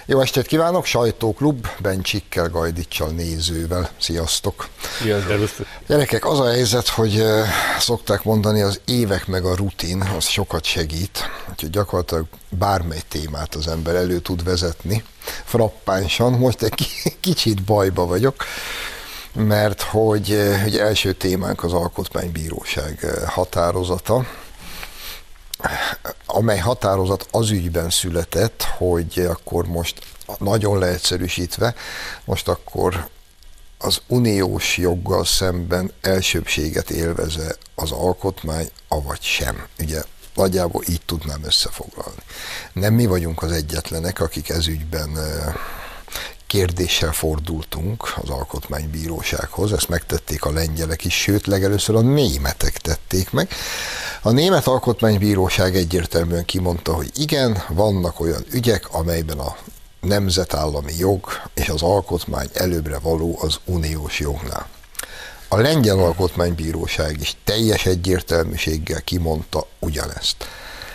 Jó estét kívánok, Sajtóklub, Bencsikkel, Gajdicsal, nézővel. Sziasztok! Sziasztok! Gyerekek, az a helyzet, hogy szokták mondani, az évek meg a rutin, az sokat segít. Úgyhogy gyakorlatilag bármely témát az ember elő tud vezetni. Frappánsan, most egy kicsit bajba vagyok, mert hogy első témánk az Alkotmánybíróság határozata, amely határozat az ügyben született, hogy akkor most nagyon leegyszerűsítve, most akkor az uniós joggal szemben elsőbbséget élveze az alkotmány, avagy sem. Ugye nagyjából így tudnám összefoglalni. Nem mi vagyunk az egyetlenek, akik ez ügyben kérdéssel fordultunk az Alkotmánybírósághoz, ezt megtették a lengyelek is, sőt, legelőször a németek tették meg. A Német Alkotmánybíróság egyértelműen kimondta, hogy igen, vannak olyan ügyek, amelyben a nemzetállami jog és az alkotmány előbbre való az uniós jognál. A Lengyel Alkotmánybíróság is teljes egyértelműséggel kimondta ugyanezt.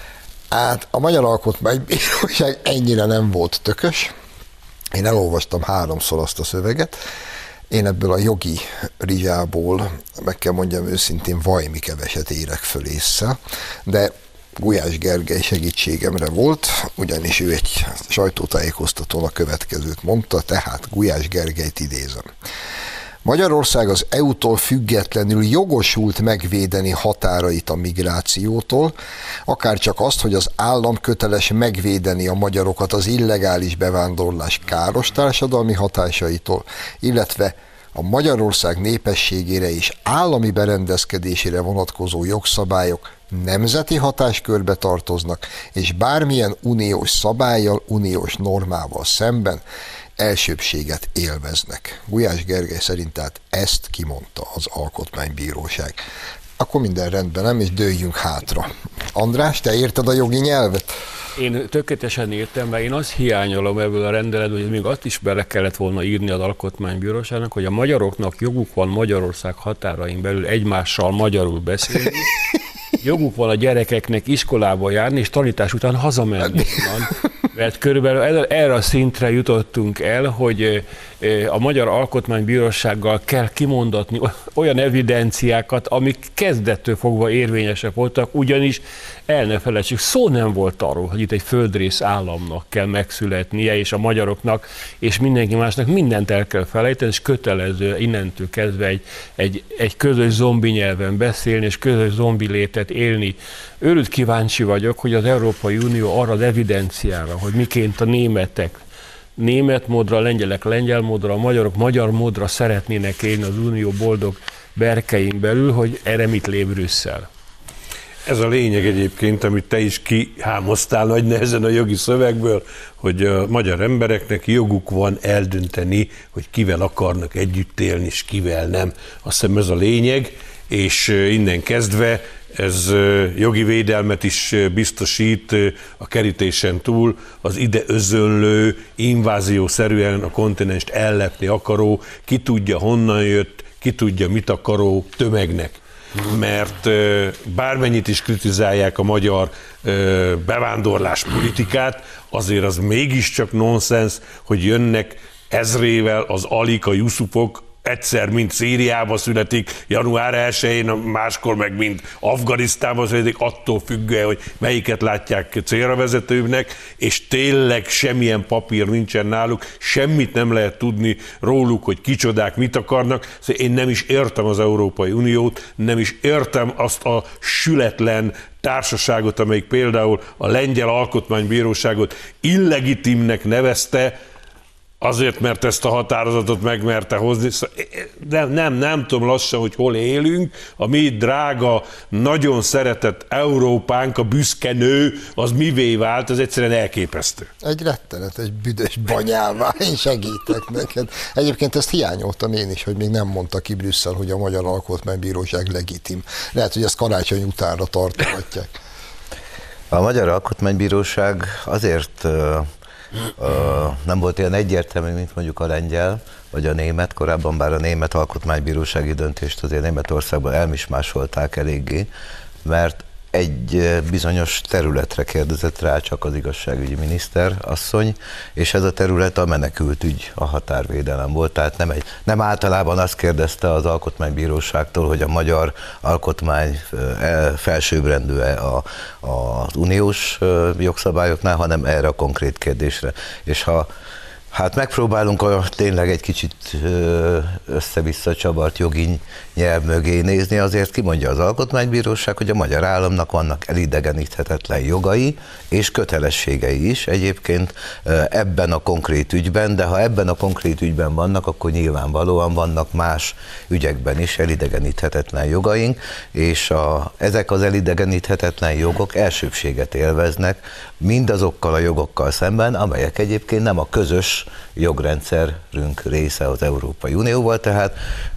Hát a Magyar Alkotmánybíróság ennyire nem volt tökös. Én elolvastam 3-szor azt a szöveget. Én ebből a jogi rizsából, meg kell mondjam őszintén, vajmi keveset érek föl észre, de Gulyás Gergely segítségemre volt, ugyanis ő egy sajtótájékoztatón a következőt mondta, tehát Gulyás Gergelyt idézem. Magyarország az EU-tól függetlenül jogosult megvédeni határait a migrációtól, akár csak azt, hogy az állam köteles megvédeni a magyarokat az illegális bevándorlás káros társadalmi hatásaitól, illetve a Magyarország népességére és állami berendezkedésére vonatkozó jogszabályok nemzeti hatáskörbe tartoznak, és bármilyen uniós szabállyal, uniós normával szemben elsőbbséget élveznek. Gulyás Gergely szerint tehát ezt kimondta az Alkotmánybíróság. Akkor minden rendben, nem? És dőljünk hátra. András, te érted a jogi nyelvet? Én tökéletesen értem, mert én azt hiányolom ebből a rendeletből, hogy még azt is bele kellett volna írni az Alkotmánybíróságnak, hogy a magyaroknak joguk van Magyarország határain belül egymással magyarul beszélni, joguk van a gyerekeknek iskolába járni, és tanítás után hazamenni onnan. Mert körülbelül erre a szintre jutottunk el, hogy a Magyar Alkotmánybírósággal kell kimondatni olyan evidenciákat, amik kezdettől fogva érvényesek voltak, ugyanis el ne felejtsük, szó nem volt arról, hogy itt egy földrész államnak kell megszületnie, és a magyaroknak, és mindenki másnak mindent el kell felejteni, és kötelező innentől kezdve egy közös zombi nyelven beszélni, és közös zombi létet élni. Őrült kíváncsi vagyok, hogy az Európai Unió arra az evidenciára, hogy miként a németek német módra, a lengyelek lengyel módra, a magyarok magyar módra szeretnének élni az unió boldog berkein belül, hogy erre mit lép Brüsszel. Ez a lényeg egyébként, amit te is kihámoztál nagy nehezen a jogi szövegből, hogy a magyar embereknek joguk van eldönteni, hogy kivel akarnak együtt élni, és kivel nem. Azt hiszem ez a lényeg, és innen kezdve ez jogi védelmet is biztosít a kerítésen túl az ide özönlő, inváziószerűen a kontinenst ellepni akaró, ki tudja honnan jött, ki tudja mit akaró tömegnek. Mert bármennyit is kritizálják a magyar bevándorlás politikát, azért az mégiscsak nonsens, hogy jönnek ezrével az alik, a Jusufok, egyszer mind Szíriába születik január 1-én, máskor meg mind Afganisztánba születik, attól függően, hogy melyiket látják célra vezetőbbnek, és tényleg semmilyen papír nincsen náluk, semmit nem lehet tudni róluk, hogy kicsodák mit akarnak. Szóval én nem is értem az Európai Uniót, nem is értem azt a sületlen társaságot, amelyik például a Lengyel Alkotmánybíróságot illegitimnek nevezte, azért, mert ezt a határozatot megmerte hozni. Nem tudom lassan, hogy hol élünk. A mi drága, nagyon szeretett Európánk, a büszke nő, az mivé vált, ez egyszerűen elképesztő. Egy rettenetes büdös banyává, én segítek neked. Egyébként ezt hiányoltam én is, hogy még nem mondta ki Brüsszel, hogy a Magyar Alkotmánybíróság legitim. Lehet, hogy ezt karácsony utánra tartogatják. A Magyar Alkotmánybíróság azért nem volt ilyen egyértelmű, mint mondjuk a lengyel, vagy a német, korábban bár a német alkotmánybírósági döntést azért Németországban elmismásolták eléggé, mert egy bizonyos területre kérdezett rá csak az igazságügyi miniszter asszony, és ez a terület a menekültügy, a határvédelem volt. Tehát nem általában azt kérdezte az Alkotmánybíróságtól, hogy a magyar alkotmány felsőbbrendű-e az uniós jogszabályoknál, hanem erre a konkrét kérdésre. És ha hát megpróbálunk tényleg egy kicsit össze-vissza csavart jogi nyelv mögé nézni, azért kimondja az Alkotmánybíróság, hogy a magyar államnak vannak elidegeníthetetlen jogai és kötelességei is egyébként ebben a konkrét ügyben, de ha ebben a konkrét ügyben vannak, akkor nyilvánvalóan vannak más ügyekben is elidegeníthetetlen jogaink, és ezek az elidegeníthetetlen jogok elsőbbséget élveznek mindazokkal a jogokkal szemben, amelyek egyébként nem a közös jogrendszerünk része az Európai Unióval, tehát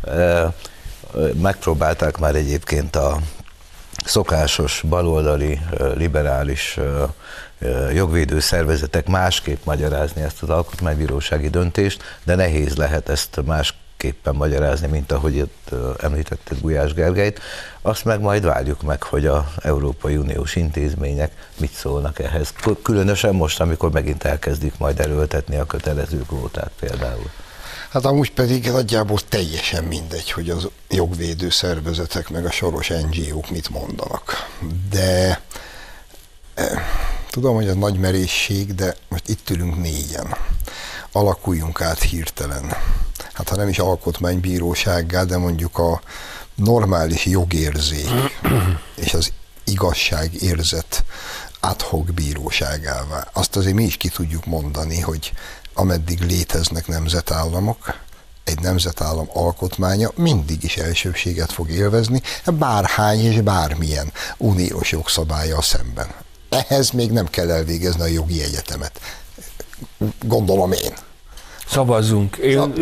megpróbálták már egyébként a szokásos baloldali, liberális jogvédő szervezetek másképp magyarázni ezt az alkotmánybírósági döntést, de nehéz lehet ezt másképpen magyarázni, mint ahogy itt említetted Gulyás Gergelyt. Azt meg majd várjuk meg, hogy az Európai Uniós intézmények mit szólnak ehhez. Különösen most, amikor megint elkezdik majd erőltetni a kötelező kvótát például. Hát amúgy pedig nagyjából teljesen mindegy, hogy az jogvédő szervezetek meg a soros NGO-k mit mondanak. De tudom, hogy ez nagy merészség, de most itt ülünk négyen. Alakuljunk át hirtelen. Hát ha nem is alkotmánybírósággá, de mondjuk a normális jogérzék és az igazságérzet ad hoc bíróságává. Azt azért mi is ki tudjuk mondani, hogy ameddig léteznek nemzetállamok, egy nemzetállam alkotmánya mindig is elsőbséget fog élvezni, bárhány és bármilyen uniós jogszabállyal szemben. Ehhez még nem kell elvégezni a jogi egyetemet. Gondolom én. Szavazzunk. Én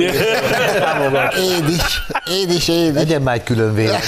is. Legyen már egy külön vélemény.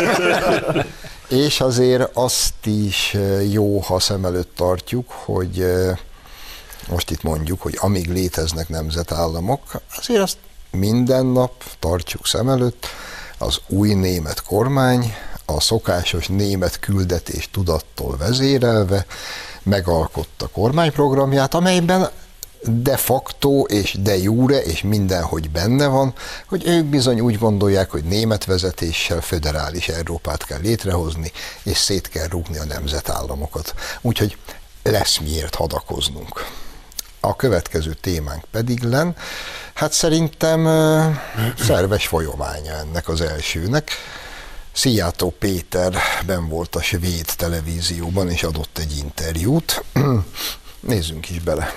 És azért azt is jó, ha szem előtt tartjuk, hogy most itt mondjuk, hogy amíg léteznek nemzetállamok, azért azt minden nap tartsuk szem előtt, az új német kormány a szokásos német küldetés tudattól vezérelve megalkotta kormányprogramját, amelyben de facto és de jure és mindenhogy benne van, hogy ők bizony úgy gondolják, hogy német vezetéssel föderális Európát kell létrehozni, és szét kell rúgni a nemzetállamokat. Úgyhogy lesz miért hadakoznunk. A következő témánk pedig hát szerintem szerves folyamánya ennek az elsőnek. Szijjártó Péter benn volt a svéd televízióban, és adott egy interjút. Nézzünk is bele.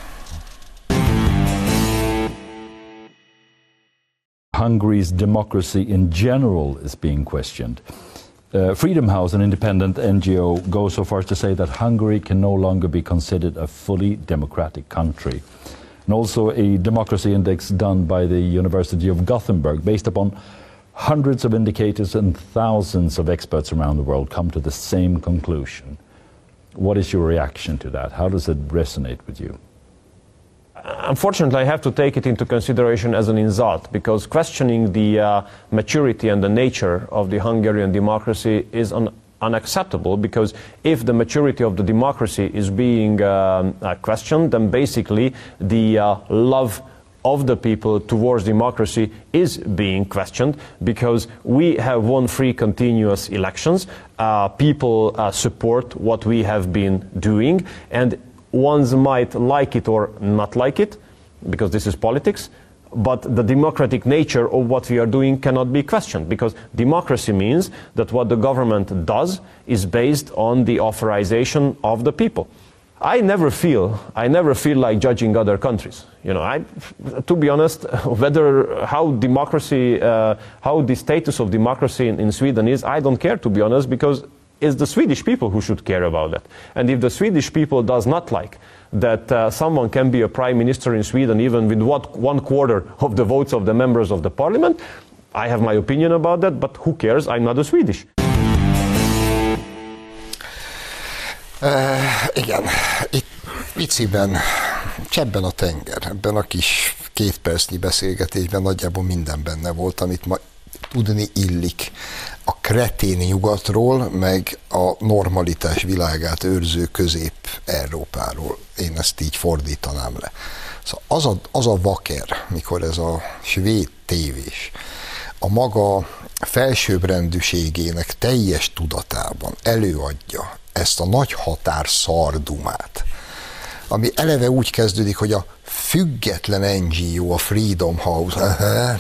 Hungary's democracy in general is being questioned. Freedom House, an independent NGO, goes so far as to say that Hungary can no longer be considered a fully democratic country. And also a democracy index done by the University of Gothenburg, based upon hundreds of indicators and thousands of experts around the world, come to the same conclusion. What is your reaction to that? How does it resonate with you? Unfortunately, I have to take it into consideration as an insult, because questioning the maturity and the nature of the Hungarian democracy is unacceptable, because if the maturity of the democracy is being questioned, then basically the love of the people towards democracy is being questioned, because we have won free continuous elections, people support what we have been doing, and ones might like it or not like it, because this is politics, but the democratic nature of what we are doing cannot be questioned, because democracy means that what the government does is based on the authorization of the people. I never feel like judging other countries. You know, to be honest, how the status of democracy in Sweden is, I don't care, to be honest, because it's the Swedish people who should care about that. And if the Swedish people does not like that someone can be a prime minister in Sweden even with 1/4 of the votes of the members of the parliament, I have my opinion about that, but who cares? I'm not a Swedish. Igen, itt piciben, csebben a tenger, ebben a kis 2 percnyi beszélgetésben nagyjából minden benne volt, amit ma tudni illik a kretén nyugatról, meg a normalitás világát őrző Közép-Európáról. Én ezt így fordítanám le. Szóval az a vaker, mikor ez a svéd tévés a maga felsőbbrendűségének teljes tudatában előadja ezt a nagy határ szardumát, ami eleve úgy kezdődik, hogy a független NGO, a Freedom House,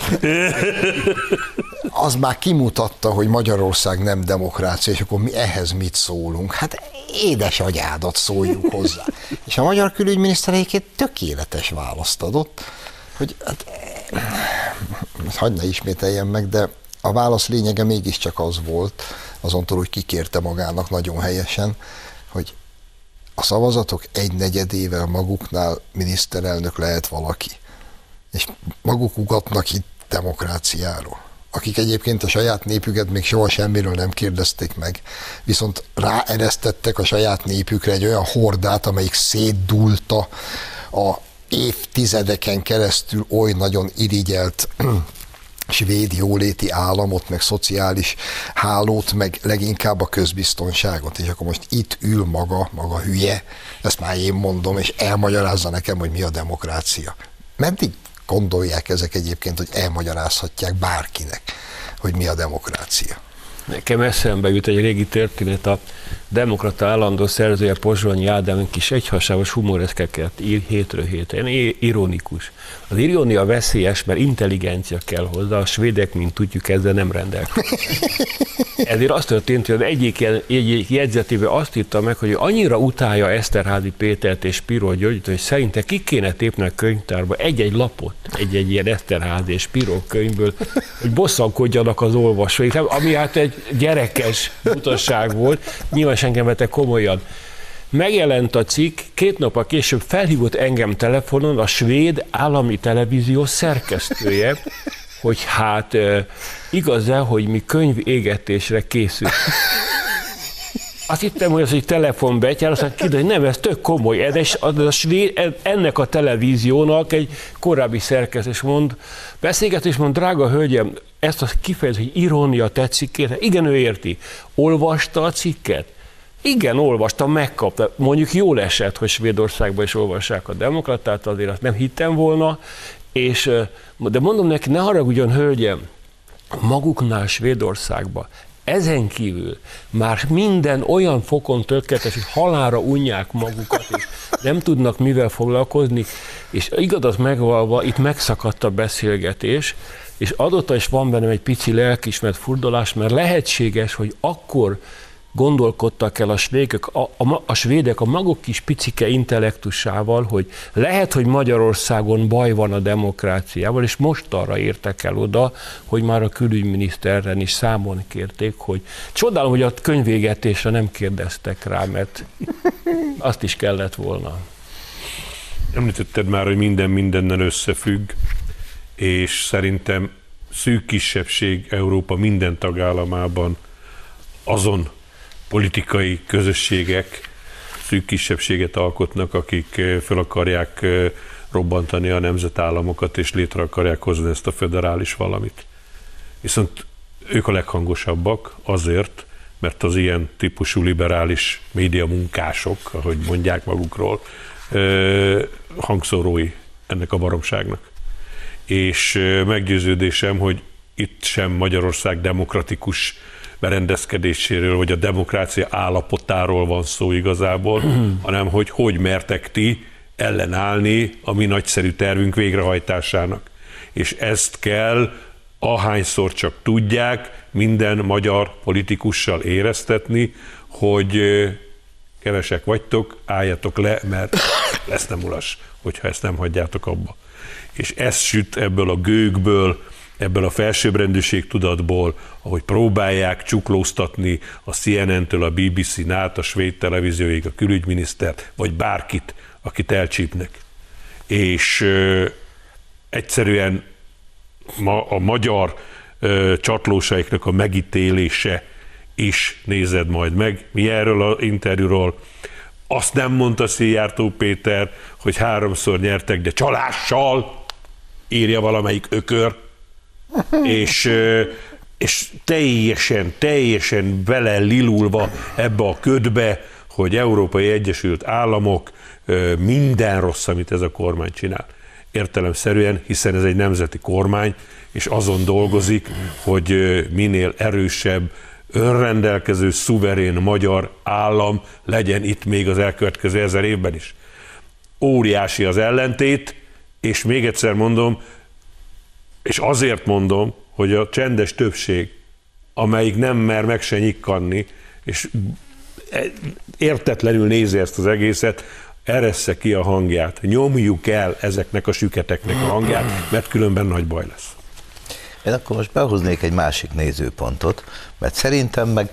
az már kimutatta, hogy Magyarország nem demokrácia, és akkor mi ehhez mit szólunk? Hát édesagyádat szóljuk hozzá. És a magyar külügyminiszter egyébként tökéletes választ adott, hogy hát, hagyd ne ismételjem meg, de a válasz lényege mégiscsak az volt, azon túl, hogy kikérte magának nagyon helyesen, hogy a szavazatok 1/4-ével maguknál miniszterelnök lehet valaki. És maguk ugatnak itt demokráciáról. Akik egyébként a saját népüket még soha semmiről nem kérdezték meg, viszont ráeresztettek a saját népükre egy olyan hordát, amelyik szétdúlta a évtizedeken keresztül oly nagyon irigyelt svéd jóléti államot, meg szociális hálót, meg leginkább a közbiztonságot. És akkor most itt ül maga hülye, ezt már én mondom, és elmagyarázza nekem, hogy mi a demokrácia. Meddig gondolják ezek egyébként, hogy elmagyarázhatják bárkinek, hogy mi a demokrácia? Nekem eszembe jut egy régi történet, a Demokrata állandó szerzője Pozsonyi Ádám kis egyhasávos humoreszkeket ír hétről hétre, ironikus. Az irónia veszélyes, mert intelligencia kell hozzá, a svédek, mint tudjuk, ezzel nem rendelkeznek. Ezért azt történt, hogy az egyik jegyzetében azt írta meg, hogy annyira utálja Eszterházy Pétert és Spiro Györgyöt, hogy szerinte ki kéne tépni a könyvtárba egy-egy lapot, egy-egy ilyen Eszterházy és Spiro könyvből, hogy bosszankodjanak az olvasóik, ami hát egy gyerekes utasság volt, nyilván senki vette komolyan. Megjelent a cikk, 2 nappal később felhívott engem telefonon a svéd állami televízió szerkesztője, hogy hát igaz-e, hogy mi könyvégetésre készült. Azt hittem, hogy ez egy telefonbetyár, aztán kiderült, hogy nem, ez tök komoly. Ennek a televíziónak egy korábbi szerkesztés beszélgetés mond, drága hölgyem, ezt a kifejezést, hogy irónia tetszik, igen, ő érti. Olvasta a cikket? Igen, olvastam, megkapta. Mondjuk jól esett, hogy Svédországban is olvassák a Demokratát, azért azt nem hittem volna, de mondom neki, ne haragudjon, hölgyem, maguknál Svédországban ezen kívül már minden olyan fokon tökéletes, hogy halálra unják magukat, és nem tudnak mivel foglalkozni, és igazat megvalva itt megszakadt a beszélgetés, és adott is van bennem egy pici lelkiismeret furdalás, mert lehetséges, hogy akkor gondolkodtak el a svédek a maguk kis picike intellektusával, hogy lehet, hogy Magyarországon baj van a demokráciával, és most arra értek el oda, hogy már a külügyminiszterren is számon kérték, hogy csodálom, hogy a könyvégetésre nem kérdeztek rá, mert azt is kellett volna. Említetted már, hogy minden mindennel összefügg, és szerintem szűk kisebbség Európa minden tagállamában azon politikai közösségek szűk kisebbséget alkotnak, akik fel akarják robbantani a nemzetállamokat, és létre akarják hozni ezt a föderális valamit. Viszont ők a leghangosabbak azért, mert az ilyen típusú liberális médiamunkások, ahogy mondják magukról, hangszórói ennek a baromságnak. És meggyőződésem, hogy itt sem Magyarország demokratikus berendezkedéséről, vagy a demokrácia állapotáról van szó igazából, hanem hogy mertek ti ellenállni a mi nagyszerű tervünk végrehajtásának. És ezt kell, ahányszor csak tudják, minden magyar politikussal éreztetni, hogy kevesek vagytok, álljatok le, mert lesz nem ulas, hogyha ezt nem hagyjátok abba. És ez süt ebből a gőgből, ebből a felsőbbrendűség tudatból, ahogy próbálják csuklóztatni a CNN-től a BBC-n át, a svéd televízióig a külügyminisztert, vagy bárkit, akit elcsípnek. És egyszerűen a magyar csatlósaiknak a megítélése is nézed majd meg. Mi erről az interjúról? Azt nem mondta Szijjártó Péter, hogy 3-szor nyertek, de csalással, írja valamelyik ökör. és teljesen bele lilulva ebbe a ködbe, hogy Európai Egyesült Államok minden rossz, amit ez a kormány csinál. Értelemszerűen, hiszen ez egy nemzeti kormány, és azon dolgozik, hogy minél erősebb, önrendelkező, szuverén magyar állam legyen itt még az elkövetkező 1000 évben is. Óriási az ellentét, és még egyszer mondom, és azért mondom, hogy a csendes többség, amelyik nem mer meg se nyikkanni, és értetlenül nézi ezt az egészet, eressze ki a hangját, nyomjuk el ezeknek a süketeknek a hangját, mert különben nagy baj lesz. Én akkor most behoznék egy másik nézőpontot, mert szerintem meg...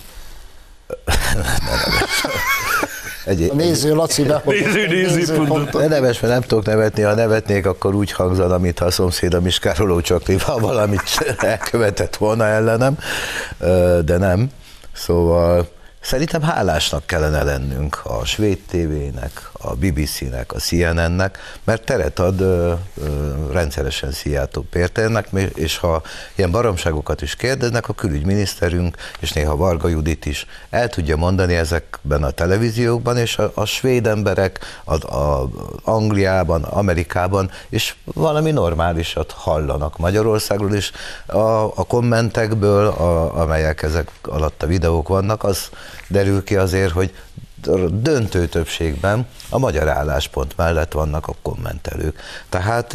A néző Laci behozott egy nézőpontot. Ne neves, mert nem tudok nevetni, ha nevetnék, akkor úgy hangzana, mintha a szomszédom is Károló Csaklival valamit elkövetett volna ellenem, de nem. Szóval szerintem hálásnak kellene lennünk a Svéd TV-nek, a BBC-nek, a CNN-nek, mert teret ad rendszeresen Szijjártó Péternek, és ha ilyen baromságokat is kérdeznek, a külügyminiszterünk, és néha Varga Judit is el tudja mondani ezekben a televíziókban, és a svéd emberek a Angliában, Amerikában, és valami normálisat hallanak Magyarországról, és a kommentekből, amelyek ezek alatt a videók vannak, az derül ki azért, hogy döntő többségben a magyar álláspont mellett vannak a kommentelők. Tehát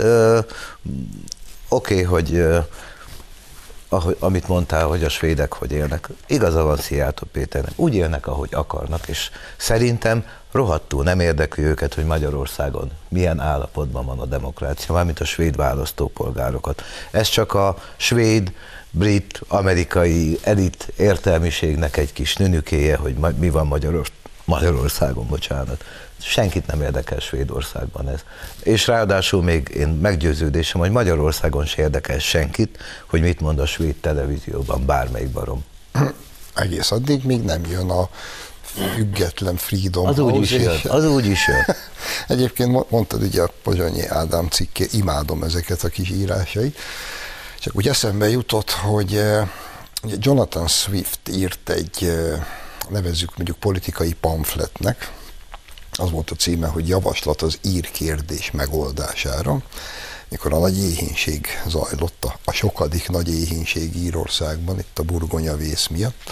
oké, hogy amit mondtál, hogy a svédek hogy élnek, igaza van Szijjártó Péternek, úgy élnek, ahogy akarnak, és szerintem rohadtul nem érdekli őket, hogy Magyarországon milyen állapotban van a demokrácia, mármint a svéd választópolgárokat. Ez csak a svéd, brit, amerikai elit értelmiségnek egy kis nünükéje, hogy mi van Magyarországon, bocsánat. Senkit nem érdekel Svédországban ez. És ráadásul még én meggyőződésem, hogy Magyarországon se érdekel senkit, hogy mit mond a svéd televízióban bármelyik barom. Egész addig még nem jön a független Freedom az House. Az úgy is jön. Egyébként mondtad ugye a Pozsonyi Ádám cikke, imádom ezeket a kis írásait. Csak úgy eszembe jutott, hogy Jonathan Swift írt egy, nevezzük mondjuk politikai pamfletnek, az volt a címe, hogy javaslat az ír kérdés megoldására, mikor a nagy éhínség zajlott, a sokadik nagy éhínség Írországban, itt a burgonya vész miatt,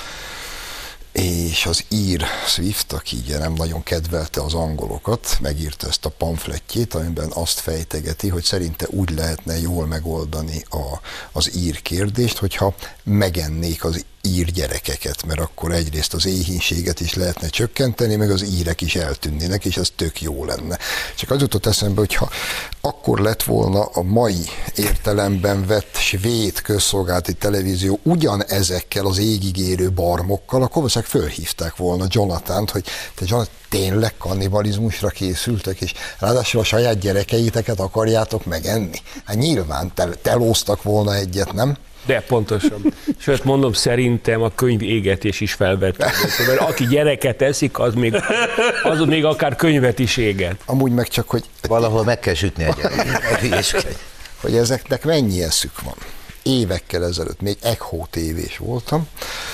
és az ír Swift, aki ugye nem nagyon kedvelte az angolokat, megírta ezt a pamflettjét, amiben azt fejtegeti, hogy szerinte úgy lehetne jól megoldani az ír kérdést, hogyha megennék az ír gyerekeket, mert akkor egyrészt az éhínséget is lehetne csökkenteni, meg az írek is eltűnnének, és ez tök jó lenne. Csak az jutott eszembe, hogyha akkor lett volna a mai értelemben vett svéd közszolgálati televízió ugyanezekkel az égigérő barmokkal, akkor valószínűleg fölhívták volna Jonathant, hogy te Jonathan, tényleg kannibalizmusra készültek, és ráadásul a saját gyerekeiteket akarjátok megenni? Hát nyilván telóztak volna egyet, nem? De pontosan. Sőt, mondom, szerintem a könyv égetés is felvetődött, mert aki gyereket eszik, az még akár könyvet is éget. Amúgy meg csak, hogy... Valahol meg kell sütni a gyereket. Hogy ezeknek mennyi eszük van. Évekkel ezelőtt még Echo tévés voltam,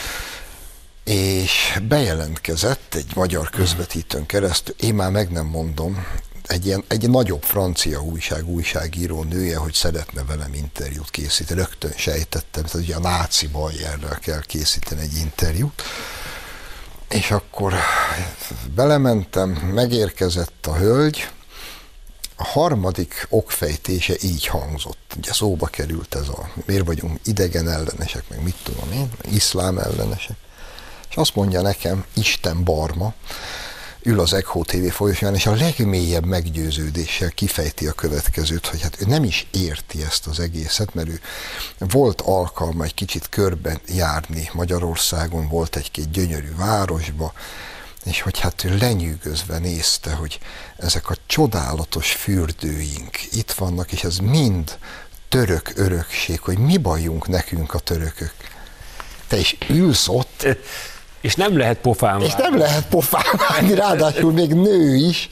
és bejelentkezett egy magyar közvetítőn keresztül, én már meg nem mondom, egy nagyobb francia újságíró nője, hogy szeretne velem interjút készíteni. Rögtön sejtettem, hogy ugye a náci Bayerrel kell készíteni egy interjút. És akkor belementem, megérkezett a hölgy, a harmadik okfejtése így hangzott. Ugye szóba került ez miért vagyunk idegen ellenesek, meg mit tudom én, iszlám ellenesek. És azt mondja nekem, Isten barma, ül az Echo TV folyosón, és a legmélyebb meggyőződéssel kifejti a következőt, hogy hát ő nem is érti ezt az egészet, mert ő volt alkalma egy kicsit körben járni Magyarországon, volt egy-két gyönyörű városba, és hogy hát ő lenyűgözve nézte, hogy ezek a csodálatos fürdőink itt vannak, és ez mind török örökség, hogy mi bajunk nekünk a törökök. Te is ülsz ott, és nem lehet pofán és nem lehet pofán válni, ráadásul még nő is.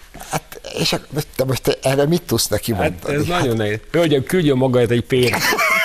Hát, és te most erre mit tudsz neki mondani? Hát ez nagyon nehéz. Hölgyem, küldjön magát egy pénzt.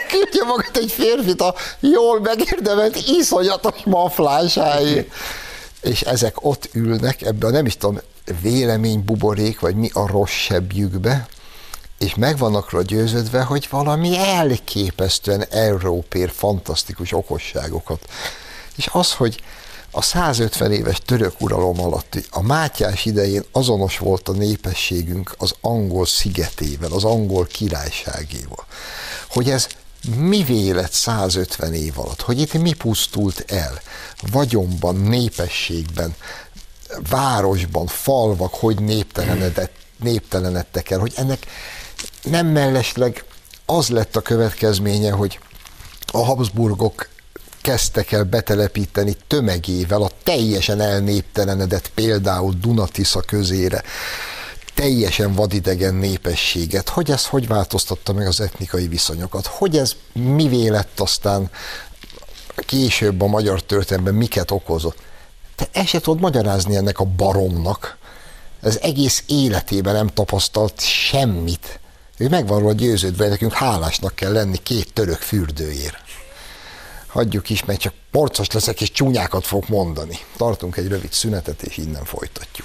küldje magát egy férfit a jól megérdemelt iszonyatos maflásáért. És ezek ott ülnek ebben, nem is tudom, véleménybuborék, vagy mi a rossz sebbjükbe, és meg vannak rá győződve, hogy valami elképesztően európér, fantasztikus okosságokat. És az, hogy a 150 éves török uralom alatt a Mátyás idején azonos volt a népességünk az angol szigetével, az angol királyságéval. Hogy ez mivé lett 150 év alatt, hogy itt mi pusztult el, vagyonban, népességben, városban, falvak, hogy néptelenedtek el, hogy ennek nem mellesleg az lett a következménye, hogy a Habsburgok kezdtek el betelepíteni tömegével a teljesen elnéptelenedett, például Duna-Tisza közére, teljesen vadidegen népességet, hogy ez hogy változtatta meg az etnikai viszonyokat, hogy ez mivé lett aztán később a magyar történelemben, miket okozott. Te el se tudod magyarázni ennek a baromnak. Ez egész életében nem tapasztalt semmit. Ő meg van róla győződve, hogy nekünk hálásnak kell lenni 2 török fürdőért. Hagyjuk is, mert csak porcos leszek és csúnyákat fogok mondani. Tartunk egy rövid szünetet, és innen folytatjuk.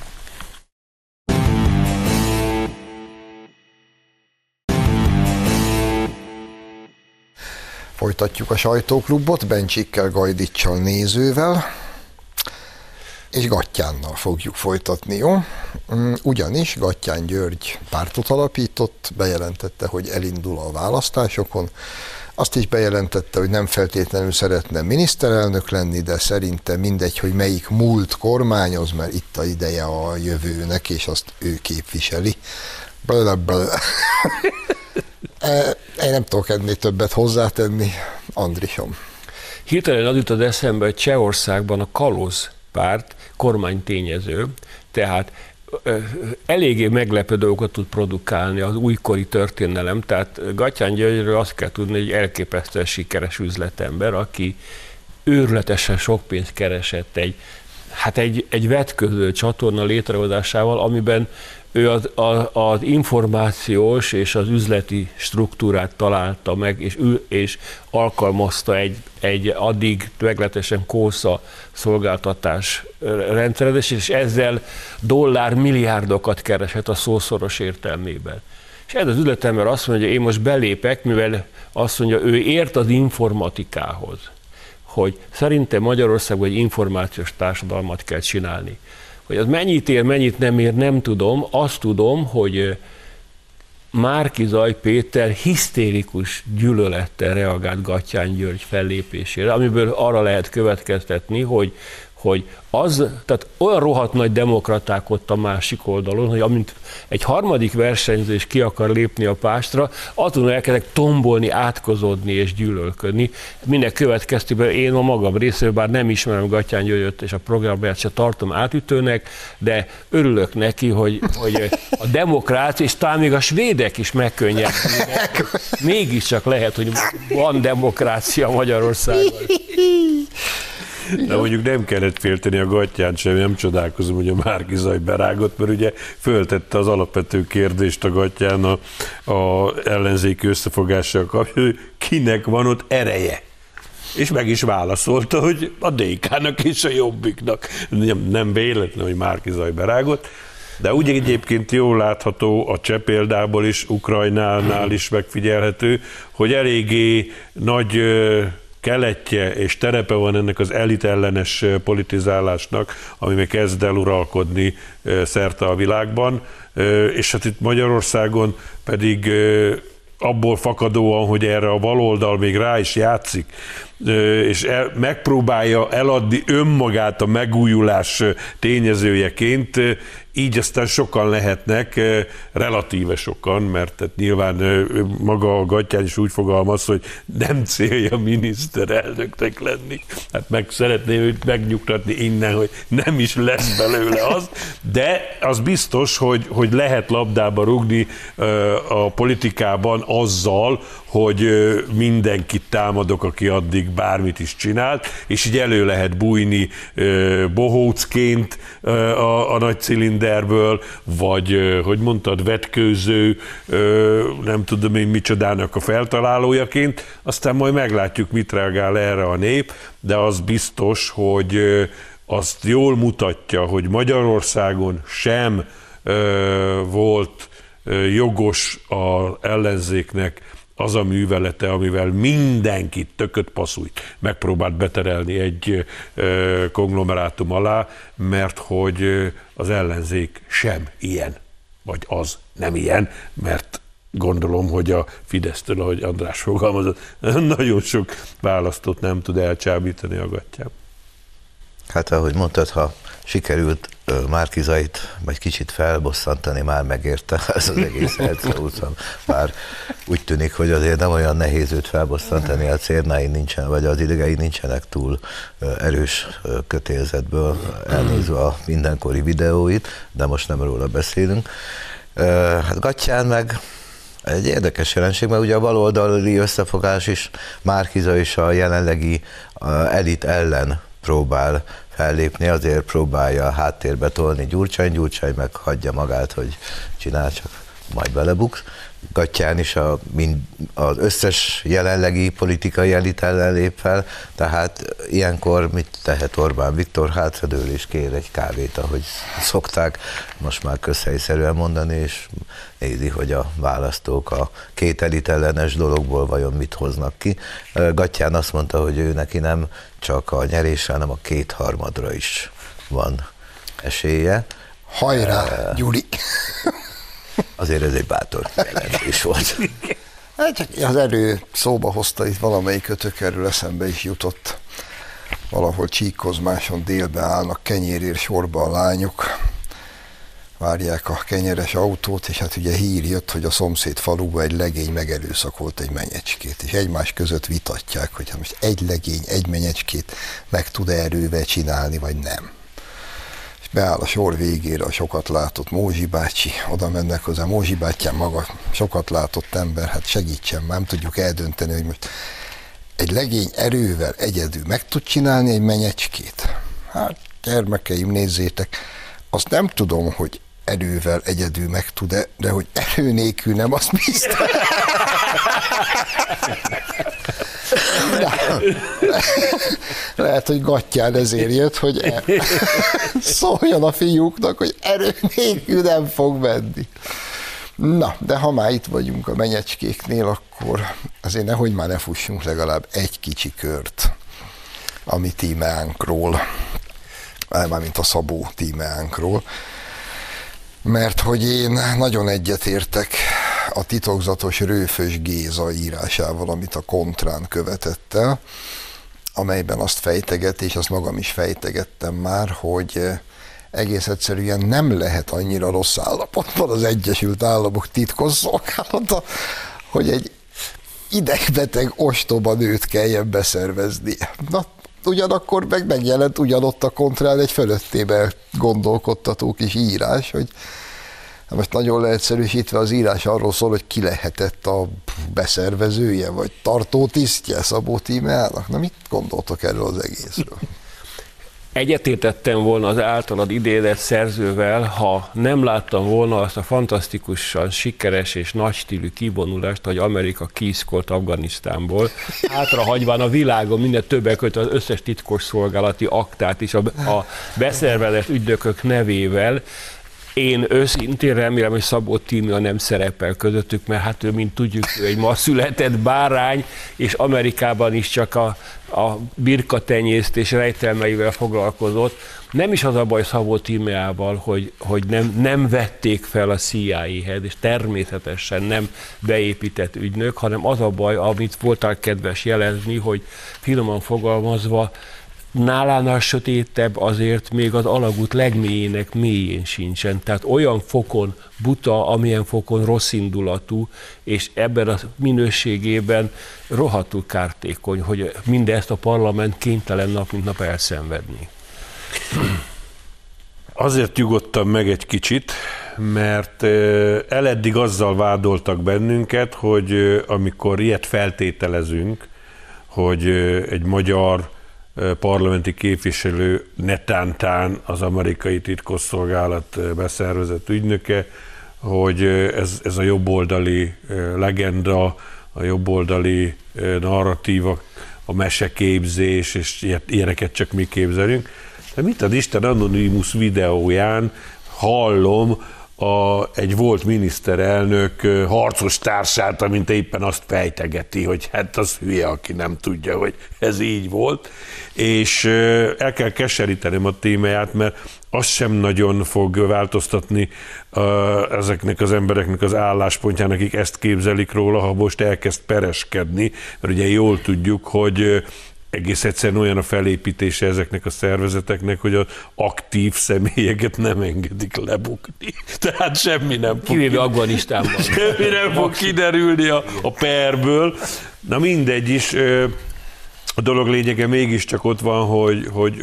Folytatjuk a sajtóklubot, Bencsikkel, Gajdicsal, Nézővel, és Gattyánnal fogjuk folytatni, jó? Ugyanis Gattyán György pártot alapított, bejelentette, hogy elindul a választásokon, azt is bejelentette, hogy nem feltétlenül szeretne miniszterelnök lenni, de szerintem mindegy, hogy melyik múlt kormányoz, mert itt a ideje a jövőnek, és azt ő képviseli. Én nem tudok ennél többet hozzátenni. Andrisom. Hirtelen az jutott eszembe, hogy Csehországban a Kalóz párt kormánytényező, tehát eléggé meglepő dolgokat tud produkálni az újkori történelem, tehát Gattyán Györgyről azt kell tudni, hogy elképesztően sikeres üzletember, aki őrületesen sok pénzt keresett egy vetköző csatorna létrehozásával, amiben ő az információs és az üzleti struktúrát találta meg, és alkalmazta egy addig meglehetősen kósza szolgáltatás rendszerezés, és ezzel dollármilliárdokat keresett a szószoros értelmében. És ez az üzletember azt mondja, hogy én most belépek, mivel azt mondja, ő ért az informatikához, hogy szerintem Magyarországon egy információs társadalmat kell csinálni. Hogy az mennyit ér, mennyit nem ér, nem tudom. Azt tudom, hogy Márki-Zay Péter hisztérikus gyűlölettel reagált Gattyán György fellépésére, amiből arra lehet következtetni, hogy tehát olyan rohadt nagy demokraták ott a másik oldalon, hogy amint egy harmadik versenyző ki akar lépni a pástra, azon elkezdek tombolni, átkozódni és gyűlölködni. Mindenek következtében én a magam részéről, bár nem ismerem Gattyán Györgyöt és a programját se tartom átütőnek, de örülök neki, hogy a demokrácia, és talán még a svédek is megkönnyebbülnek. Mégiscsak lehet, hogy van demokrácia Magyarországon. De mondjuk nem kellett félteni a Gattyán sem, nem csodálkozom, hogy a Márki-Zay berágott, mert ugye föltette az alapvető kérdést a Gattyán a ellenzéki összefogással kapcsolatban, hogy kinek van ott ereje. És meg is válaszolta, hogy a DK-nak és a Jobbiknak. Nem véletlen, hogy Márki-Zay berágott, de úgy egyébként jól látható a cseh példából is, Ukrajnánál is megfigyelhető, hogy eléggé nagy keletje és terepe van ennek az elitellenes politizálásnak, ami még kezd el uralkodni szerte a világban, és hát itt Magyarországon pedig abból fakadóan, hogy erre a baloldal még rá is játszik, és megpróbálja eladni önmagát a megújulás tényezőjeként, így aztán sokan lehetnek, relatíve sokan, mert tehát nyilván maga a Gattyán is úgy fogalmaz, hogy nem célja miniszterelnöknek lenni. Hát meg szeretném őt megnyugtatni innen, hogy nem is lesz belőle az, de az biztos, hogy lehet labdába rúgni a politikában azzal, hogy mindenkit támadok, aki addig bármit is csinált, és így elő lehet bújni bohócként a nagy cilinderből, vagy, hogy mondtad, vetkőző, nem tudom én micsodának a feltalálójaként, aztán majd meglátjuk, mit reagál erre a nép, de az biztos, hogy azt jól mutatja, hogy Magyarországon sem volt jogos az ellenzéknek az a művelete, amivel mindenkit, tököt passzújt megpróbált beterelni egy konglomerátum alá, mert hogy az ellenzék sem ilyen, vagy az nem ilyen, mert gondolom, hogy a Fidesztől, ahogy András fogalmazott, nagyon sok választót nem tud elcsábítani a gatyám. Hát ahogy mondtad, ha sikerült Márki-Zayt vagy kicsit felbosszantani, már megérte ez az egész Elce-úton. Bár úgy tűnik, hogy azért nem olyan nehéz őt felbosszantani, a cérnái nincsen, vagy az idegei nincsenek túl erős kötélzetből, elnézve a mindenkori videóit, de most nem róla beszélünk. Hát Gattyán meg egy érdekes jelenség, mert ugye a baloldali összefogás is Márki-Zay is a jelenlegi elit ellen próbál fellépni, azért próbálja háttérbe tolni Gyurcsány meg hagyja magát, hogy csinál, csak majd belebuksz. Gattyán is az összes jelenlegi politikai elit ellen lép fel, tehát ilyenkor mit tehet Orbán Viktor? Hátradől és kér egy kávét, ahogy szokták most már közhelyszerűen mondani, és nézi, hogy a választók a két elit ellenes dologból vajon mit hoznak ki. Gattyán azt mondta, hogy ő neki nem csak a nyerésre, hanem a kétharmadra is van esélye. Hajrá, Gyuri! Azért ez egy bátor jelentés volt. Hát csak az erő szóba hozta, itt valamelyik ötök, erről eszembe is jutott. Valahol Csíkkozmáson délbe állnak kenyérért sorba a lányok, várják a kenyeres autót, és hát ugye hír jött, hogy a szomszéd faluba egy legény megerőszakolt egy menyecskét, és egymás között vitatják, hogy most egy legény, egy menyecskét meg tud-e erővel csinálni, vagy nem. Beáll a sor végére a sokat látott Mózsi bácsi, oda mennek hozzá, Mózsi bátyám maga sokat látott ember, hát segítsen már, nem tudjuk eldönteni, hogy most egy legény erővel egyedül meg tud csinálni egy menyecskét. Hát gyermekeim, nézzétek, azt nem tudom, hogy erővel egyedül meg tud-e, de hogy erő nélkül nem, azt biztos. Lehet, hogy Gattyán ezért jött, hogy szóljon a fiúknak, hogy erő nélkül nem fog menni. Na, de ha már itt vagyunk a menyecskéknél, akkor azért nehogy már ne fussunk legalább egy kicsi kört a mi tímeánkról, mármint a Szabó tímeánkról, mert hogy én nagyon egyetértek a titokzatos Rőfös Géza írásával, amit a Kontrán követett el, amelyben azt fejtegeti, és azt magam is fejtegettem már, hogy egész egyszerűen nem lehet annyira rossz állapotban az Egyesült Államok titkosszolgálata, hogy egy idegbeteg ostoba nőt kelljen beszervezni. Na, ugyanakkor megjelent ugyanott a Kontrán egy fölöttében gondolkodtató kis írás, hogy most nagyon leegyszerűsítve az írás arról szól, hogy ki lehetett a beszervezője, vagy tartótisztje Szabó Tímeának. Na mit gondoltok erről az egészről? Egyetértettem volna az általad idézett szerzővel, ha nem láttam volna azt a fantasztikusan sikeres és nagy stílű kivonulást, hogy Amerika kiszkolt Afganisztánból, hátrahagyván a világon minden többek között az összes titkosszolgálati aktát is a beszervezett ügynökök nevével. Én őszintén remélem, hogy Szabó Tímea nem szerepel közöttük, mert hát ő, mint tudjuk, ő egy ma született bárány, és Amerikában is csak a birkatenyésztés rejtelmeivel foglalkozott. Nem is az a baj Szabó Tímeával, hogy nem vették fel a CIA-hez, és természetesen nem beépített ügynök, hanem az a baj, amit voltál kedves jelezni, hogy finoman fogalmazva, nálánál sötétebb azért még az alagút legmélyének mélyén sincsen. Tehát olyan fokon buta, amilyen fokon rosszindulatú, és ebben a minőségében rohadtul kártékony, hogy mindezt a parlament kénytelen nap mint nap elszenvedni. Azért nyugodtam meg egy kicsit, mert eleddig azzal vádoltak bennünket, hogy amikor ilyet feltételezünk, hogy egy magyar parlamenti képviselő netántán az amerikai titkosszolgálat beszervezett ügynöke, hogy ez a jobboldali legenda, a jobboldali narratíva, a meseképzés, és ilyeneket csak mi képzelünk. De mit ad Isten, Anonymous videóján hallom egy volt miniszterelnök harcos társát, amint éppen azt fejtegeti, hogy hát az hülye, aki nem tudja, hogy ez így volt. És el kell keserítenem a témáját, mert az sem nagyon fog változtatni ezeknek az embereknek az álláspontján, akik ezt képzelik róla, ha most elkezd pereskedni, mert ugye jól tudjuk, hogy egész egyszerűen olyan a felépítése ezeknek a szervezeteknek, hogy az aktív személyeket nem engedik lebukni. Tehát semmi nem fog kivéve Afganisztánban. Semmi nem fog kiderülni a perből. Na mindegy is, a dolog lényege mégiscsak ott van, hogy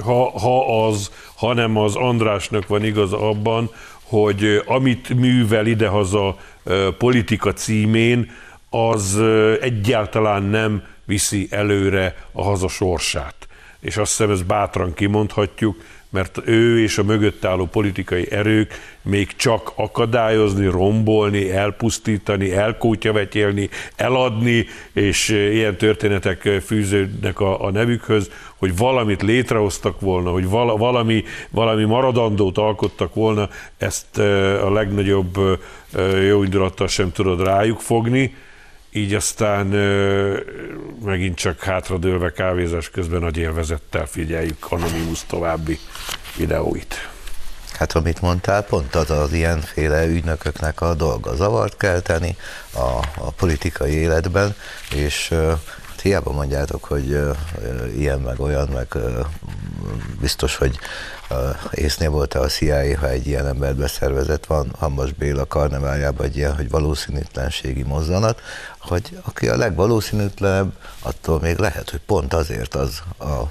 ha nem az Andrásnak van igaz abban, hogy amit művel idehaza politika címén, az egyáltalán nem viszi előre a haza sorsát. És azt hiszem, ezt bátran kimondhatjuk, mert ő és a mögött álló politikai erők még csak akadályozni, rombolni, elpusztítani, elkótyavetélni, eladni, és ilyen történetek fűződnek a nevükhöz, hogy valamit létrehoztak volna, hogy valami maradandót alkottak volna, ezt a legnagyobb jóindulattal sem tudod rájuk fogni. Így aztán megint csak hátradőlve kávézás közben nagy élvezettel figyeljük Anonymous további videóit. Hát amit mondtál, pont az ilyenféle ügynököknek a dolga, zavart kelteni a politikai életben, és hiába mondjátok, hogy ilyen meg olyan, meg biztos, hogy észnél volt a CIA, ha egy ilyen embert beszervezett, van Hammas Béla karneváljában egy ilyen, hogy valószínűtlenségi mozzanat, hogy aki a legvalószínűtlenebb, attól még lehet, hogy pont azért az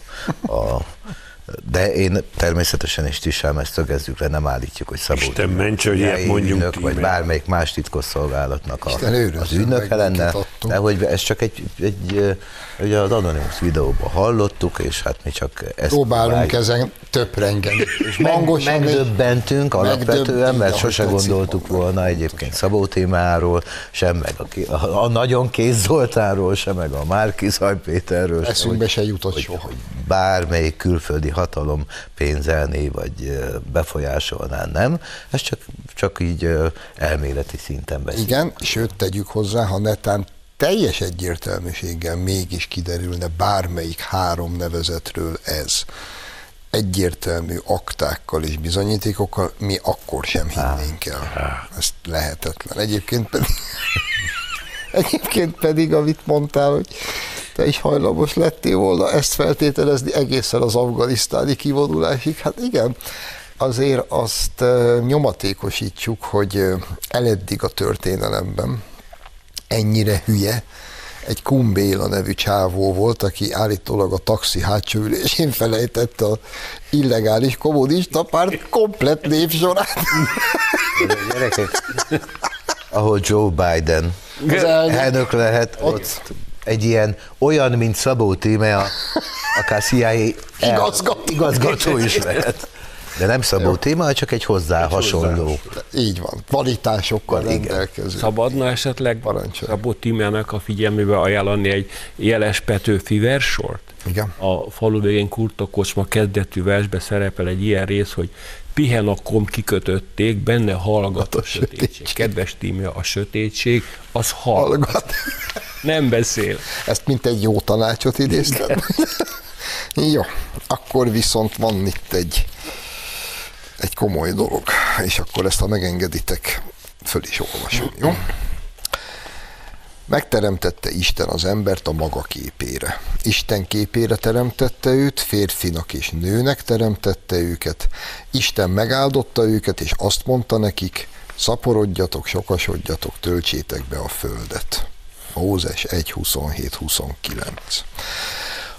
de én természetesen is Tisám, ezt szögezzük le, nem állítjuk, hogy Szabó Isten mentse, hogy ilyet mondjunk ügynök, vagy bármelyik más titkosszolgálatnak az ügynöke lenne, de hogy ez csak ugye az Anonymous videóban hallottuk, és hát mi csak ezt próbálunk ezen töprengeni. És megdöbbentünk alapvetően, mert sose gondoltuk volna egyébként Szabó témáról, sem meg a nagyon Kész Zoltánról, sem meg a Márki Zaj Péterről. Eszünkbe se jutott soha. Hogy bármelyik külföldi hatalom pénzelné, vagy befolyásolná, nem. Ez csak így elméleti szinten beszél. Igen, sőt tegyük hozzá, ha netán teljes egyértelműséggel mégis kiderülne bármelyik három nevezetről ez, egyértelmű aktákkal és bizonyítékokkal, mi akkor sem hinnénk el. Ez lehetetlen. Egyébként pedig, amit mondtál, hogy te is hajlamos lettél volna ezt feltételezni egészen az afganisztáni kivonulásig. Hát igen, azért azt nyomatékosítsuk, hogy eleddig a történelemben ennyire hülye egy Kun Béla nevű csávó volt, aki állítólag a taxi hátsó ülésén felejtette az illegális kommunista párt komplett névsorát. Gyerekek, ahol Joe Biden elnök lehet, ott egy ilyen, olyan, mint Szabó Tíme, akár CIA igazgató is lehet. De nem Szabó Tíme, csak egy hozzá hasonló. Így van, kvalitásokkal rendelkező. Szabadna esetleg Szabó Tímának a figyelmébe ajánlani egy Jeles Petőfi versort? Igen. A Falu végén Kurta Kocsma kezdetű versbe szerepel egy ilyen rész, hogy pihen a kom kikötötték, benne hallgat a sötétség. Kedves Tímea, a sötétség, az hallgat. Nem beszél. Ezt mint egy jó tanácsot idéztem. Jó, akkor viszont van itt egy komoly dolog, és akkor ezt, ha megengeditek, föl is olvasom, jó? Megteremtette Isten az embert a maga képére. Isten képére teremtette őt, férfinak és nőnek teremtette őket. Isten megáldotta őket, és azt mondta nekik, szaporodjatok, sokasodjatok, töltsétek be a földet. Mózes 1.27-29.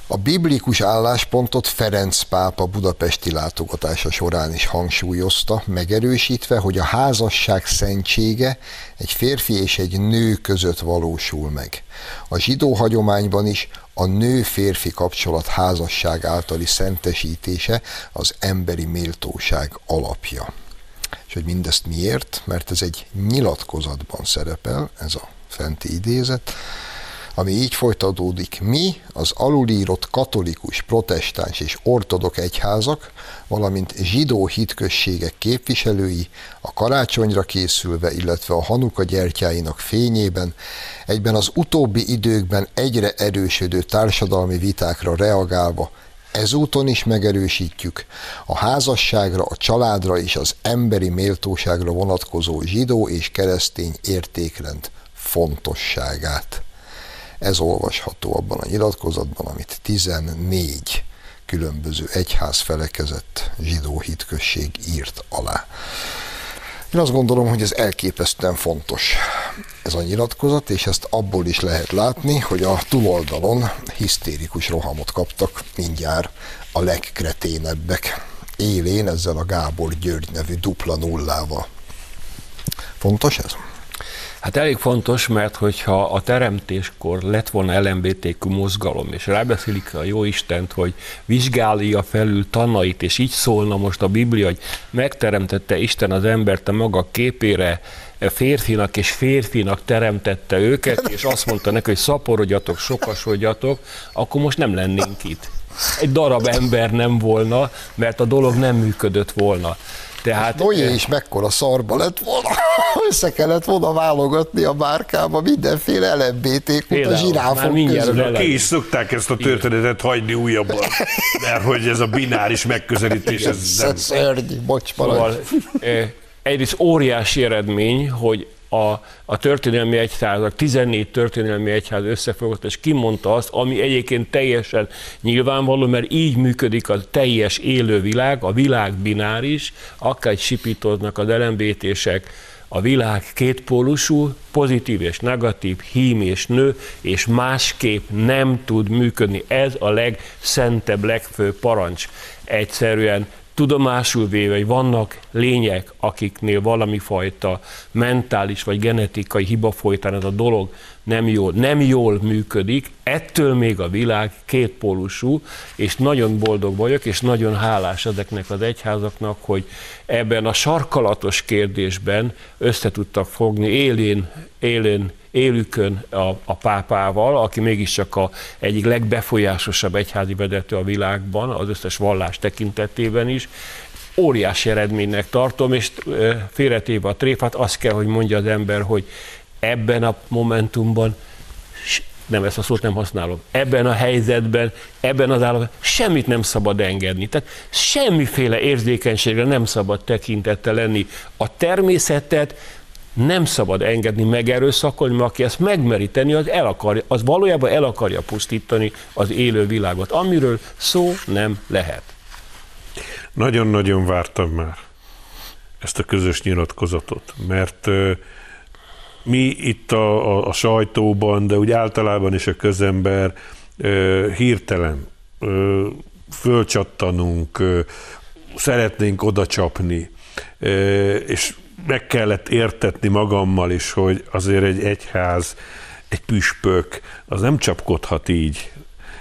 A biblikus álláspontot Ferenc pápa budapesti látogatása során is hangsúlyozta, megerősítve, hogy a házasság szentsége egy férfi és egy nő között valósul meg. A zsidó hagyományban is a nő-férfi kapcsolat házasság általi szentesítése az emberi méltóság alapja. És hogy mindezt miért? Mert ez egy nyilatkozatban szerepel, ez a fenti idézet, ami így folytatódik: mi, az alulírott katolikus, protestáns és ortodox egyházak, valamint zsidó hitközségek képviselői a karácsonyra készülve, illetve a Hanuka gyertyáinak fényében, egyben az utóbbi időkben egyre erősödő társadalmi vitákra reagálva, ezúton is megerősítjük a házasságra, a családra és az emberi méltóságra vonatkozó zsidó és keresztény értékrend fontosságát. Ez olvasható abban a nyilatkozatban, amit 14 különböző egyházfelekezett zsidó hitközség írt alá. Én azt gondolom, hogy ez elképesztően fontos, ez a nyilatkozat, és ezt abból is lehet látni, hogy a túloldalon hisztérikus rohamot kaptak mindjárt a legkreténebbek élén ezzel a Gábor György nevű dupla nullával. Fontos ez? Hát elég fontos, mert hogyha a teremtéskor lett volna LMBTQ mozgalom, és rábeszélik a Jóistent, hogy vizsgálja felül tanait, és így szólna most a Biblia, hogy megteremtette Isten az embert a maga képére, férfinak és férfinak teremtette őket, és azt mondta neki, hogy szaporodjatok, sokasodjatok, akkor most nem lennénk itt. Egy darab ember nem volna, mert a dolog nem működött volna. Tehát, Noé is mekkora szarba lett volna, össze kellett volna válogatni a márkába mindenféle LMBTQ-t a zsiráfok közül. Ki is szokták ezt a történetet hagyni újabban, mert hogy ez a bináris megközelítés, ez nem... Szörnyű, bocs, szóval, egyrészt óriási eredmény, hogy a történelmi egyházak, 14 történelmi egyház összefogott, és kimondta azt, ami egyébként teljesen nyilvánvaló, mert így működik a teljes élő világ, a világ bináris, akár sipítoznak az LMBT-sek, a világ kétpólusú, pozitív és negatív, hím és nő, és másképp nem tud működni. Ez a legszentebb, legfőbb parancs. Egyszerűen tudomásul véve, hogy vannak lények, akiknél valami fajta mentális vagy genetikai hiba folytán ez a dolog nem jól működik, ettől még a világ kétpólusú, és nagyon boldog vagyok, és nagyon hálás ezeknek az egyházaknak, hogy ebben a sarkalatos kérdésben összetudtak fogni élükön a pápával, aki mégiscsak egyik legbefolyásosabb egyházi vezető a világban, az összes vallás tekintetében is. Óriási eredménynek tartom, és félretéve a tréfát, azt kell, hogy mondja az ember, hogy ebben a momentumban, nem, ezt a szót nem használom, ebben a helyzetben, ebben az állapotban semmit nem szabad engedni. Tehát semmiféle érzékenységre nem szabad tekintettel lenni. A természetet nem szabad engedni megerőszakolni, mert aki ezt megmeri tenni, az valójában el akarja pusztítani az élő világot, amiről szó nem lehet. Nagyon-nagyon vártam már ezt a közös nyilatkozatot, mert mi itt a sajtóban, de úgy általában is a közember hirtelen fölcsattanunk, szeretnénk odacsapni, és meg kellett értetni magammal is, hogy azért egy egyház, egy püspök, az nem csapkodhat így.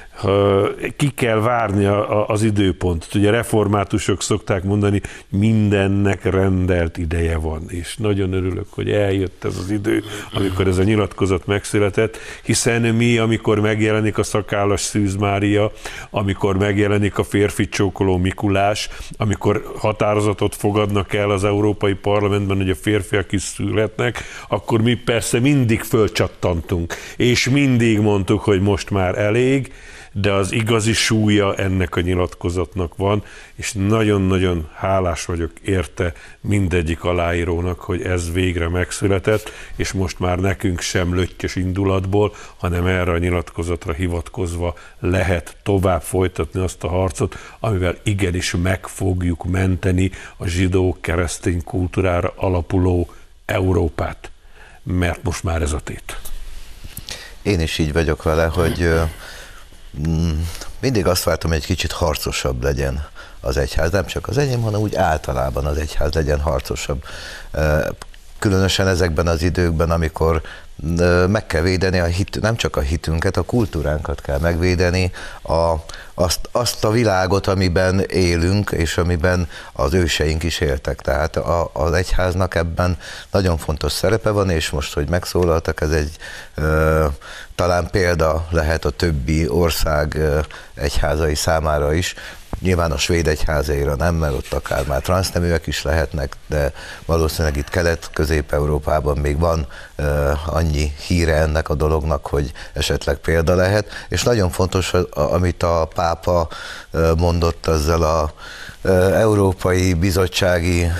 Ki kell várni az időpontot. Ugye a reformátusok szokták mondani, mindennek rendelt ideje van, és nagyon örülök, hogy eljött ez az idő, amikor ez a nyilatkozat megszületett, hiszen mi, amikor megjelenik a szakállas Szűz Mária, amikor megjelenik a férfi csókoló Mikulás, amikor határozatot fogadnak el az Európai Parlamentben, hogy a férfiak is születnek, akkor mi persze mindig fölcsattantunk, és mindig mondtuk, hogy most már elég, de az igazi súlya ennek a nyilatkozatnak van, és nagyon-nagyon hálás vagyok érte mindegyik aláírónak, hogy ez végre megszületett, és most már nekünk sem löttyös indulatból, hanem erre a nyilatkozatra hivatkozva lehet tovább folytatni azt a harcot, amivel igenis meg fogjuk menteni a zsidó-keresztény kultúrára alapuló Európát, mert most már ez a tét. Én is így vagyok vele, hogy mindig azt vártam, hogy egy kicsit harcosabb legyen az egyház, nem csak az enyém, hanem úgy általában az egyház legyen harcosabb. Különösen ezekben az időkben, amikor meg kell védeni nem csak a hitünket, a kultúránkat kell megvédeni, azt a világot, amiben élünk, és amiben az őseink is éltek. Tehát az egyháznak ebben nagyon fontos szerepe van, és most, hogy megszólaltak, ez egy talán példa lehet a többi ország egyházai számára is. Nyilván a svéd egyházaira nem, mert ott akár már transzneműek is lehetnek, de valószínűleg itt Kelet-Közép-Európában még van annyi híre ennek a dolognak, hogy esetleg példa lehet. És nagyon fontos, amit a pápa mondott ezzel az Európai Bizottsági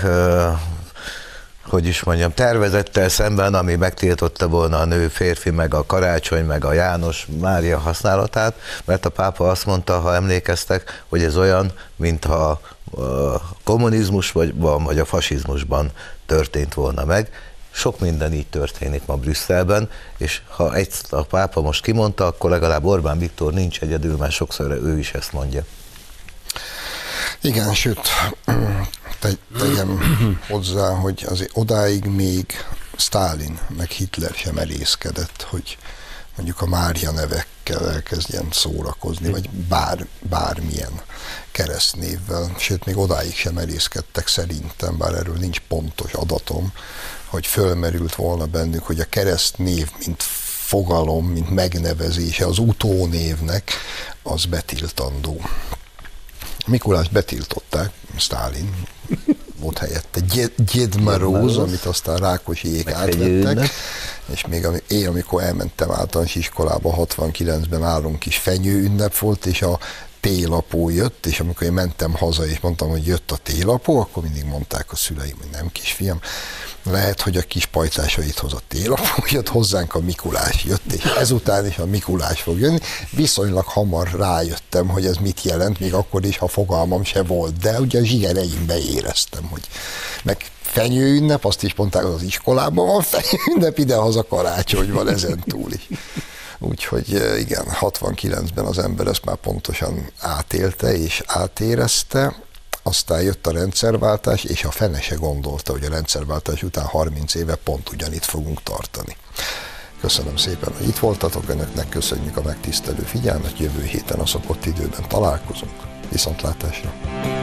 tervezettel szemben, ami megtiltotta volna a nő, férfi, meg a karácsony, meg a János Mária használatát, mert a pápa azt mondta, ha emlékeztek, hogy ez olyan, mintha a kommunizmusban vagy a fasizmusban történt volna meg. Sok minden így történik ma Brüsszelben, és ha a pápa most kimondta, akkor legalább Orbán Viktor nincs egyedül, mert sokszor ő is ezt mondja. Igen, sőt, tegyem hozzá, hogy azért odáig még Sztálin meg Hitler sem merészkedett, hogy mondjuk a Mária nevekkel elkezdjen szórakozni, vagy bármilyen keresztnévvel, sőt, még odáig sem merészkedtek szerintem, bár erről nincs pontos adatom, hogy fölmerült volna bennük, hogy a keresztnév, mint fogalom, mint megnevezése az utónévnek, az betiltandó. Mikulást betiltották, Sztálin, volt helyette Gyed Maróz, amit aztán Rákosiék átvettek, és még én, amikor elmentem általános iskolába 69-ben, nálunk is fenyőünnep volt, és a télapó jött, és amikor én mentem haza, és mondtam, hogy jött a télapó, akkor mindig mondták a szüleim, hogy nem kisfiam, lehet, hogy a kis pajtásaidhoz a télapó jött, hozzánk a Mikulás jött, és ezután is a Mikulás fog jönni. Viszonylag hamar rájöttem, hogy ez mit jelent, még akkor is, ha fogalmam se volt, de ugye a zsigereimbe éreztem, hogy meg fenyőünnep, azt is mondták, az iskolában van fenyőünnep, idehaza karácsony van ezen túl is. Úgyhogy igen, 69-ben az ember ezt már pontosan átélte és átérezte, aztán jött a rendszerváltás, és a fene se gondolta, hogy a rendszerváltás után 30 éve pont ugyanitt fogunk tartani. Köszönöm szépen, hogy itt voltatok, önöknek köszönjük a megtisztelő figyelmet, jövő héten a szokott időben találkozunk. Viszontlátásra!